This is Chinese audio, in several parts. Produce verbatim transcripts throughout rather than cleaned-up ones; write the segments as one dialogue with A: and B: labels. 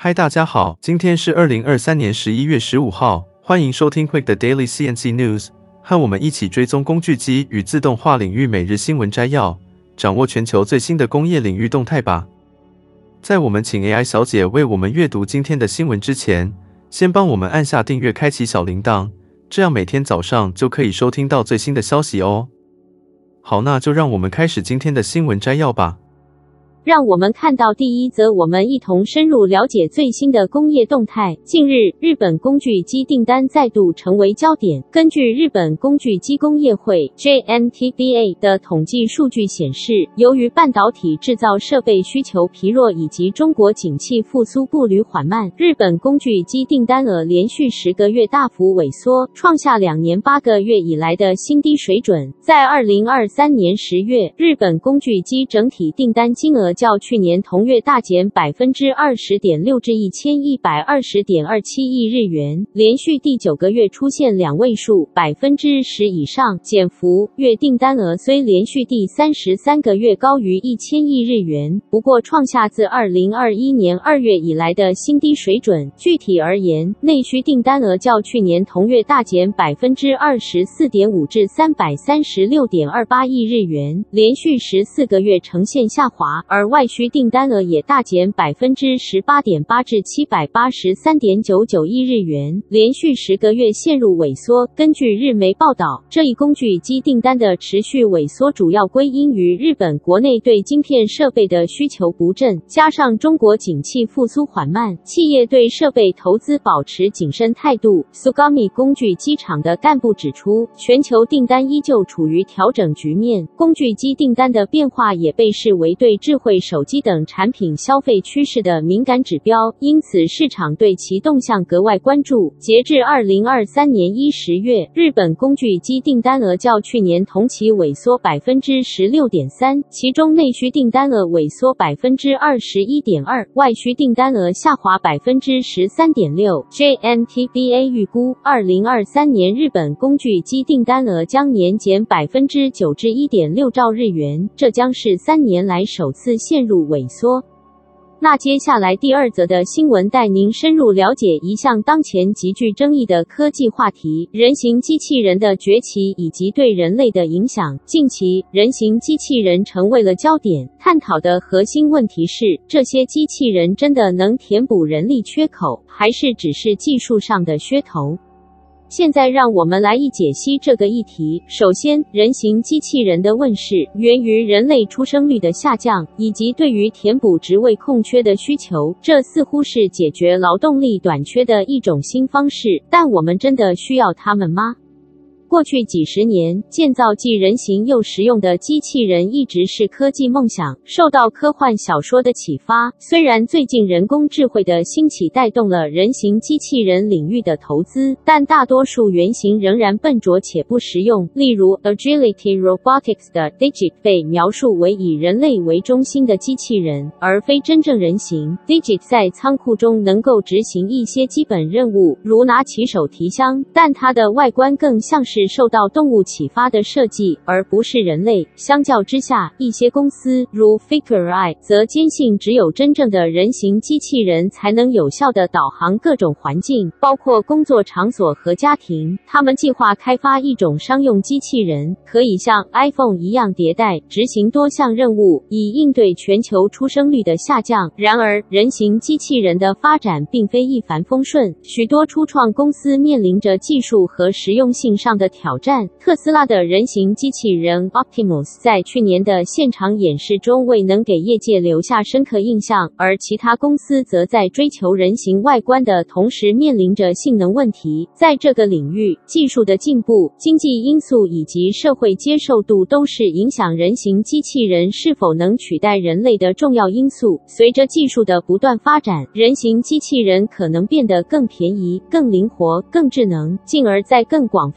A: 嗨，大家好，今天是二零二三年十一月十五号，欢迎收听 Quick 的 Daily C N C News， 和我们一起追踪工具机与自动化领域每日新闻摘要，掌握全球最新的工业领域动态吧。在我们请 A I 小姐为我们阅读今天的新闻之前，先帮我们按下订阅，开启小铃铛，这样每天早上就可以收听到最新的消息哦。好，那就让我们开始今天的新闻摘要吧。
B: 让我们看到第一则，我们一同深入了解最新的工业动态。近日，日本工具机订单再度成为焦点。根据日本工具机工业会 J M T B A 的统计数据显示，由于半导体制造设备需求疲弱以及中国景气复苏步履缓慢，日本工具机订单额连续十个月大幅萎缩，创下两年八个月以来的新低水准。在二零二三年十月，日本工具机整体订单金额较去年同月大减 百分之二十点六 至 一千一百二十点二七亿日元，连续第九个月出现两位数 百分之十 以上减幅。月订单额虽连续第三十三个月高于一千亿日元，不过创下自二零二一年二月以来的新低水准。具体而言，内需订单额较去年同月大减 百分之二十四点五 至三百三十六点二八亿日元，连续十四个月呈现下滑，而外需订单额也大减 百分之十八点八 至七百八十三点九九亿日元，连续十个月陷入萎缩。根据日媒报道，这一工具机订单的持续萎缩主要归因于日本国内对晶片设备的需求不振，加上中国景气复苏缓慢，企业对设备投资保持谨慎态度。Sugami 工具机厂的干部指出，全球订单依旧处于调整局面，工具机订单的变化也被视为对智慧手机等产品消费趋势的敏感指标，因此市场对其动向格外关注。截至二零二三年一十月，日本工具机订单额较去年同期萎缩 百分之十六点三， 其中内需订单额萎缩 百分之二十一点二， 外需订单额下滑 百分之十三点六。 J M T B A 预估二零二三年日本工具机订单额将年减 百分之九 至 一点六兆日元，这将是三年来首次陷入萎缩。那接下来第二则的新闻带您深入了解一项当前极具争议的科技话题：人形机器人的崛起以及对人类的影响。近期，人形机器人成为了焦点，探讨的核心问题是，这些机器人真的能填补人力缺口，还是只是技术上的噱头？现在让我们来一解析这个议题。首先，人形机器人的问世源于人类出生率的下降，以及对于填补职位空缺的需求，这似乎是解决劳动力短缺的一种新方式，但我们真的需要它们吗？过去几十年，建造既人形又实用的机器人一直是科技梦想，受到科幻小说的启发。虽然最近人工智慧的兴起带动了人形机器人领域的投资，但大多数原型仍然笨拙且不实用。例如 Agility Robotics 的 Digit 被描述为以人类为中心的机器人，而非真正人形。Digit 在仓库中能够执行一些基本任务，如拿起手提箱，但它的外观更像是受到动物启发的设计，而不是人类。相较之下，一些公司如 Figure-eye 则坚信只有真正的人形机器人才能有效地导航各种环境，包括工作场所和家庭。他们计划开发一种商用机器人，可以像 iPhone 一样迭代，执行多项任务，以应对全球出生率的下降。然而，人形机器人的发展并非一帆风顺，许多初创公司面临着技术和实用性上的挑战。特斯拉的人形机器人 Optimus 在去年的现场演示中未能给业界留下深刻印象，而其他公司则在追求人形外观的同时面临着性能问题。在这个领域，技术的进步、经济因素以及社会接受度都是影响人形机器人是否能取代人类的重要因素。随着技术的不断发展，人形机器人可能变得更便宜、更灵活、更智能，进而在更广泛的领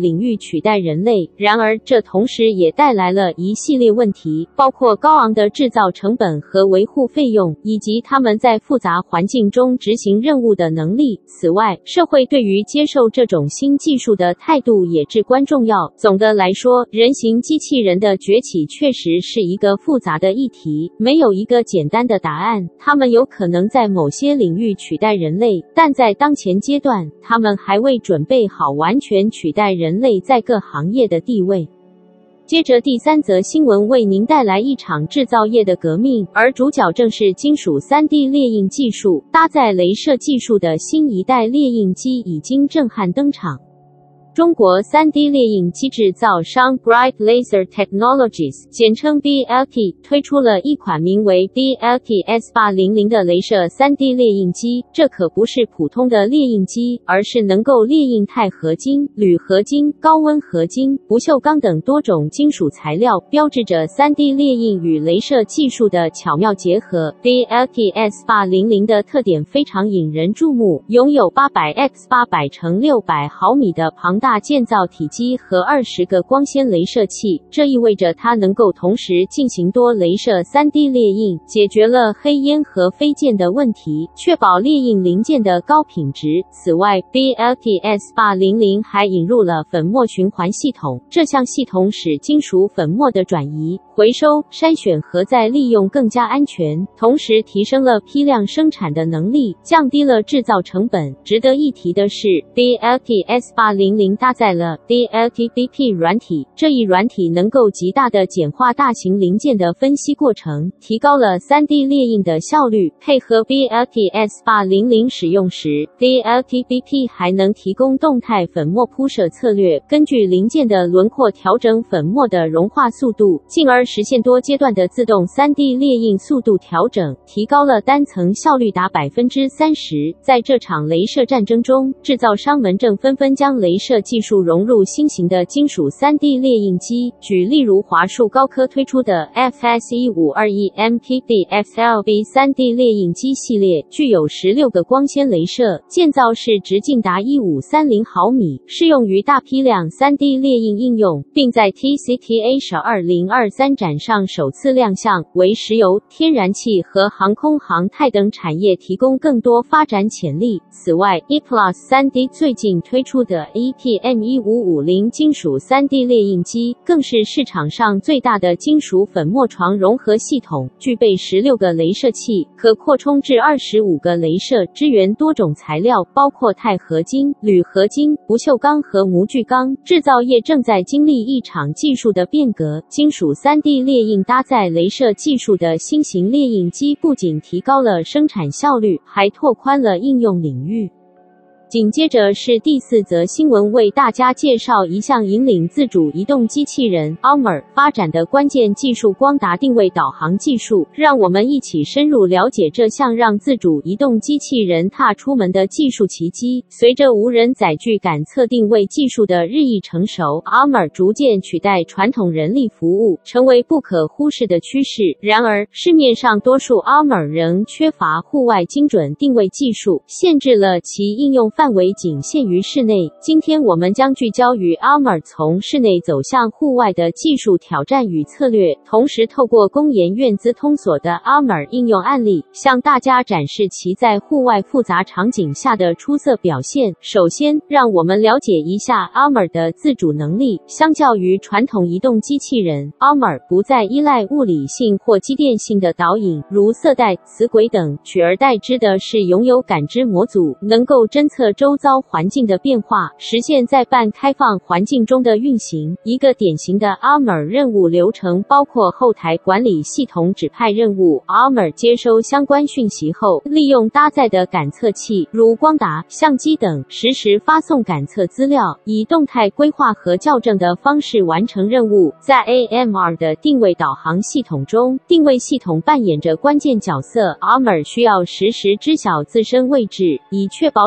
B: 领域取代人类。然而，这同时也带来了一系列问题，包括高昂的制造成本和维护费用，以及他们在复杂环境中执行任务的能力。此外，社会对于接受这种新技术的态度也至关重要。总的来说，人形机器人的崛起确实是一个复杂的议题，没有一个简单的答案。他们有可能在某些领域取代人类，但在当前阶段，他们还未准备好完全取代人类在各行业的地位。接着第三则新闻为您带来一场制造业的革命，而主角正是金属 三 D 列印技术。搭载雷射技术的新一代列印机已经震撼登场。中国 三 D 列印机制造商 Bright Laser Technologies 简称 B L T 推出了一款名为 B L T S 八百的雷射 三 D 列印机。这可不是普通的列印机，而是能够列印钛合金、铝合金、高温合金、不锈钢等多种金属材料，标志着 三 D 列印与雷射技术的巧妙结合。B L T S 八百的特点非常引人注目，拥有 八百乘八百乘六百毫米的庞大大建造体积和二十个光纤雷射器，这意味着它能够同时进行多雷射 三 D 列印，解决了黑烟和飞溅的问题，确保列印零件的高品质。此外 B L T S 八百还引入了粉末循环系统，这项系统使金属粉末的转移、回收、筛选和再利用更加安全，同时提升了批量生产的能力，降低了制造成本。值得一提的是 B L T S 八百搭载了 D L T B P 软体，这一软体能够极大地简化大型零件的分析过程，提高了 三 D 列印的效率。配合 B L T S 八百使用时 ，D L T B P 还能提供动态粉末铺设策略，根据零件的轮廓调整粉末的融化速度，进而实现多阶段的自动 三 D 列印速度调整，提高了单层效率达 百分之三十。在这场雷射战争中，制造商们正纷纷将雷射技术融入新型的金属 三 D 列印机，举例如华数高科推出的 F S 一五二一 M P D F L B 三 D 列印机系列，具有十六个光纤雷射，建造室直径达一五三零毫米，适用于大批量 三 D 列印应用，并在 T C T A 十二零二三展上首次亮相，为石油、天然气和航空航太等产业提供更多发展潜力。此外 E Plus 三 D 最近推出的 E P M 一五五零金属 三 D 列印机更是市场上最大的金属粉末床融合系统，具备十六个雷射器，可扩充至二十五个雷射，支援多种材料，包括钛合金、铝合金、不锈钢和模具钢。制造业正在经历一场技术的变革，金属 三 D 列印搭载雷射技术的新型列印机不仅提高了生产效率，还拓宽了应用领域。紧接着是第四则新闻，为大家介绍一项引领自主移动机器人 Armor 发展的关键技术——光达定位导航技术。让我们一起深入了解这项让自主移动机器人踏出门的技术奇迹。随着无人载具感测定位技术的日益成熟 ，Armor 逐渐取代传统人力服务，成为不可忽视的趋势。然而，市面上多数 Armor 仍缺乏户外精准定位技术，限制了其应用范围仅限于室内。今天我们将聚焦于 Armor 从室内走向户外的技术挑战与策略，同时透过工研院资通所的 Armor 应用案例，向大家展示其在户外复杂场景下的出色表现。首先，让我们了解一下 Armor 的自主能力。相较于传统移动机器人 ，Armor 不再依赖物理性或机电性的导引，如色带、磁轨等，取而代之的是拥有感知模组，能够侦测周遭环境的变化，实现在半开放环境中的运行。一个典型的 Armor 任务流程包括后台管理系统指派任务。Armor 接收相关讯息后，利用搭载的感测器，如光达、相机等，实时发送感测资料，以动态规划和校正的方式完成任务。在 A M R 的定位导航系统中，定位系统扮演着关键角色。Armor 需要实时知晓自身位置，以确保导航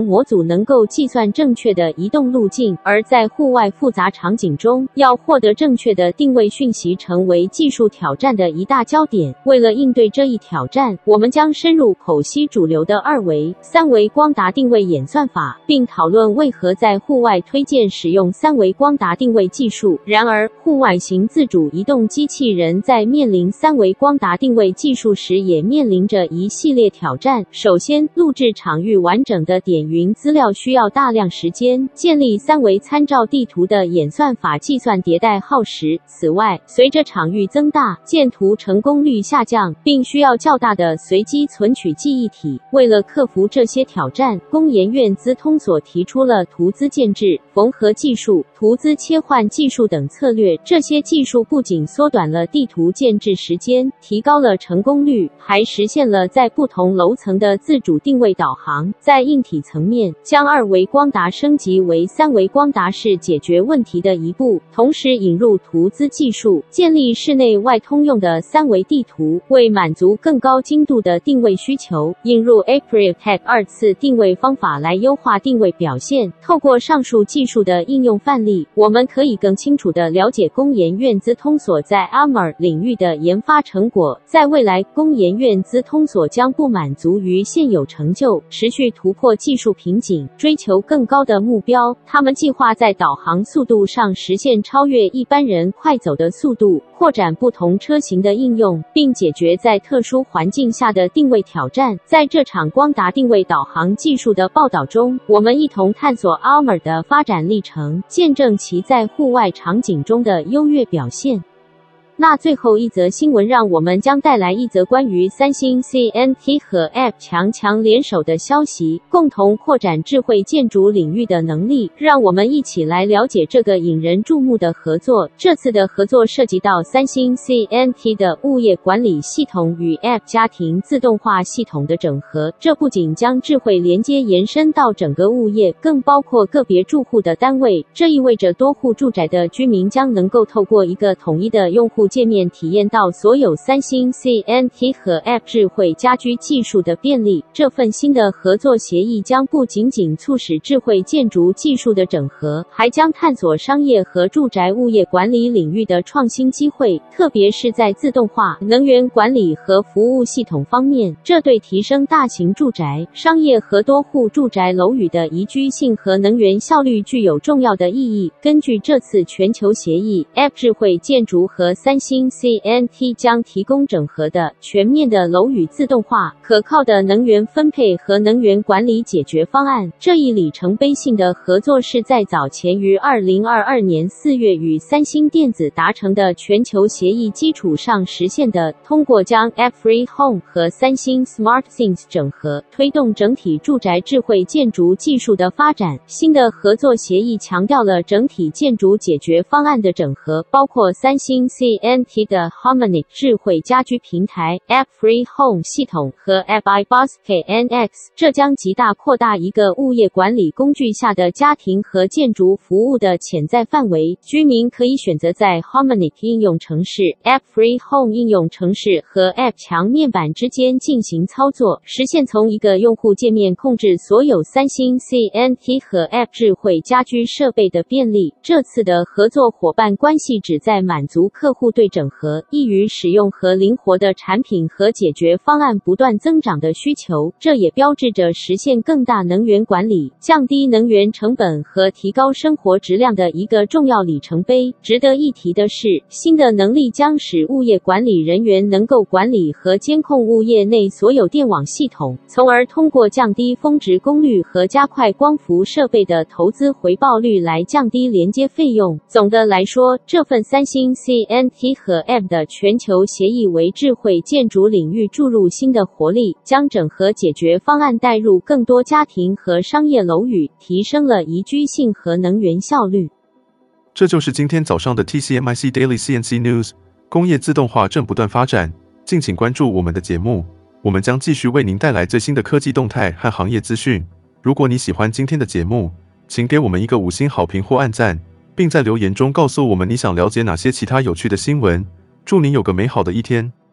B: 模组能够计算正确的移动路径，而在户外复杂场景中，要获得正确的定位讯息成为技术挑战的一大焦点。为了应对这一挑战，我们将深入剖析主流的二维、三维光达定位演算法，并讨论为何在户外推荐使用三维光达定位技术。然而，户外型自主移动机器人在面临三维光达定位技术时，也面临着一系列挑战。首先，录制场域完整的点云资料需要大量时间，建立三维参照地图的演算法计算迭代耗时。此外，随着场域增大，建图成功率下降，并需要较大的随机存取记忆体。为了克服这些挑战，工研院资通所提出了图资建制、缝合技术、图资切换技术等策略。这些技术不仅缩短了地图建制时间，提高了成功率，还实现了在不同楼层的自主定位导航。在硬体层面，将二维光达升级为三维光达是解决问题的一步，同时引入图资技术，建立室内外通用的三维地图，为满足更高精度的定位需求，引入 APRIL-Tag 二次定位方法来优化定位表现。透过上述技术的应用范例，我们可以更清楚地了解工研院资通所在 A R M 领域的研发成果。在未来，工研院资通所将不满足于现有成就，持续突破技术瓶颈，追求更高的目标。他们计划在导航速度上实现超越一般人快走的速度，扩展不同车型的应用，并解决在特殊环境下的定位挑战。在这场光达定位导航技术的报道中，我们一同探索 A R M 的发展历程，见证其在户外场景中的优越表现。那最后一则新闻，让我们将带来一则关于三星 C N T 和 A P 强强联手的消息，共同扩展智慧建筑领域的能力。让我们一起来了解这个引人注目的合作。这次的合作涉及到三星 C N T 的物业管理系统与 A P 家庭自动化系统的整合。这不仅将智慧连接延伸到整个物业，更包括个别住户的单位。这意味着多户住宅的居民将能够透过一个统一的用户界面体验到所有三星 C N T 和 A P 智慧家居技术的便利。这份新的合作协议将不仅仅促使智慧建筑技术的整合，还将探索商业和住宅物业管理领域的创新机会，特别是在自动化、能源管理和服务系统方面。这对提升大型住宅、商业和多户住宅楼宇的宜居性和能源效率具有重要的意义。根据这次全球协议， A P 智慧建筑和三星 C N T 将提供整合的、全面的楼宇自动化、可靠的能源分配和能源管理解决方案。这一里程碑性的合作是在早前于二零二二年四月与三星电子达成的全球协议基础上实现的。通过将 A P Free Home 和三星 SmartThings 整合，推动整体住宅智慧建筑技术的发展。新的合作协议强调了整体建筑解决方案的整合，包括三星 C N T 的 Harmonic 智慧家居平台、A P Free Home 系统和 A P iBoss K N X， 这将极大扩大一个物业管理工具下的家庭和建筑服务的潜在范围。居民可以选择在 Harmonic 应用程式、A P Free Home 应用程式和 A P 墙面板之间进行操作，实现从一个用户界面控制所有三星 C N T 和 A P 智慧家居设备的便利。这次的合作伙伴关系旨在满足客户对整合、易于使用和灵活的产品和解决方案不断增长的需求。这也标志着实现更大能源管理、降低能源成本和提高生活质量的一个重要里程碑。值得一提的是，新的能力将使物业管理人员能够管理和监控物业内所有电网系统，从而通过降低峰值功率和加快光伏设备的投资回报率来降低连接费用。总的来说，这份三星 C N T 和 A P 的全球协议为智慧建筑领域注入新的活力，将整合解决方案带入更多家庭和商业楼宇，提升了宜居性和能源效率。
A: 这就是今天早上的 T C M I C Daily C N C News。工业自动化正不断发展，敬请关注我们的节目，我们将继续为您带来最新的科技动态和行业资讯。如果你喜欢今天的节目，请给我们一个五星好评或按赞，并在留言中告诉我们你想了解哪些其他有趣的新闻。祝您有个美好的一天。